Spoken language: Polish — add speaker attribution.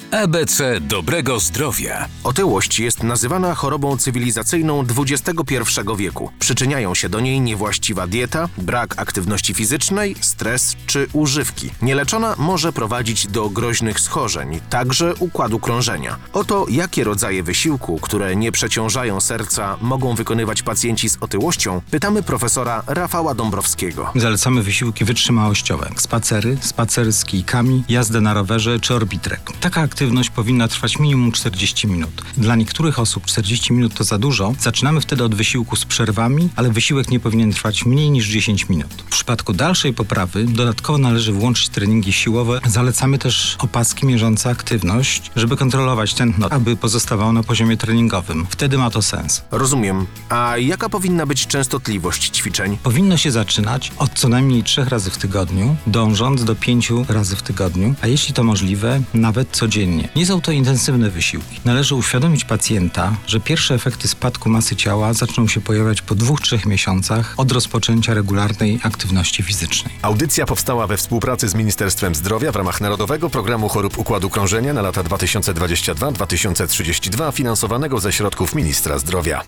Speaker 1: ABC dobrego zdrowia.
Speaker 2: Otyłość jest nazywana chorobą cywilizacyjną XXI wieku. Przyczyniają się do niej niewłaściwa dieta, brak aktywności fizycznej, stres czy używki. Nieleczona może prowadzić do groźnych schorzeń, także układu krążenia. Oto jakie rodzaje wysiłku, które nie przeciążają serca, mogą wykonywać pacjenci z otyłością, pytamy profesora Rafała Dąbrowskiego.
Speaker 3: Zalecamy wysiłki wytrzymałościowe, jak spacery z kijkami, jazdę na rowerze czy orbitrek. Taka aktywność powinna trwać minimum 40 minut. Dla niektórych osób 40 minut to za dużo. Zaczynamy wtedy od wysiłku z przerwami, ale wysiłek nie powinien trwać mniej niż 10 minut. W przypadku dalszej poprawy dodatkowo należy włączyć treningi siłowe. Zalecamy też opaski mierzące aktywność, żeby kontrolować tętno, aby pozostawało na poziomie treningowym. Wtedy ma to sens.
Speaker 2: Rozumiem. A jaka powinna być częstotliwość ćwiczeń?
Speaker 3: Powinno się zaczynać od co najmniej 3 razy w tygodniu, dążąc do 5 razy w tygodniu, a jeśli to możliwe, nawet codziennie. Nie są to intensywne wysiłki. Należy uświadomić pacjenta, że pierwsze efekty spadku masy ciała zaczną się pojawiać po 2-3 miesiącach od rozpoczęcia regularnej aktywności fizycznej.
Speaker 4: Audycja powstała we współpracy z Ministerstwem Zdrowia w ramach Narodowego Programu Chorób Układu Krążenia na lata 2022-2032, finansowanego ze środków Ministra Zdrowia.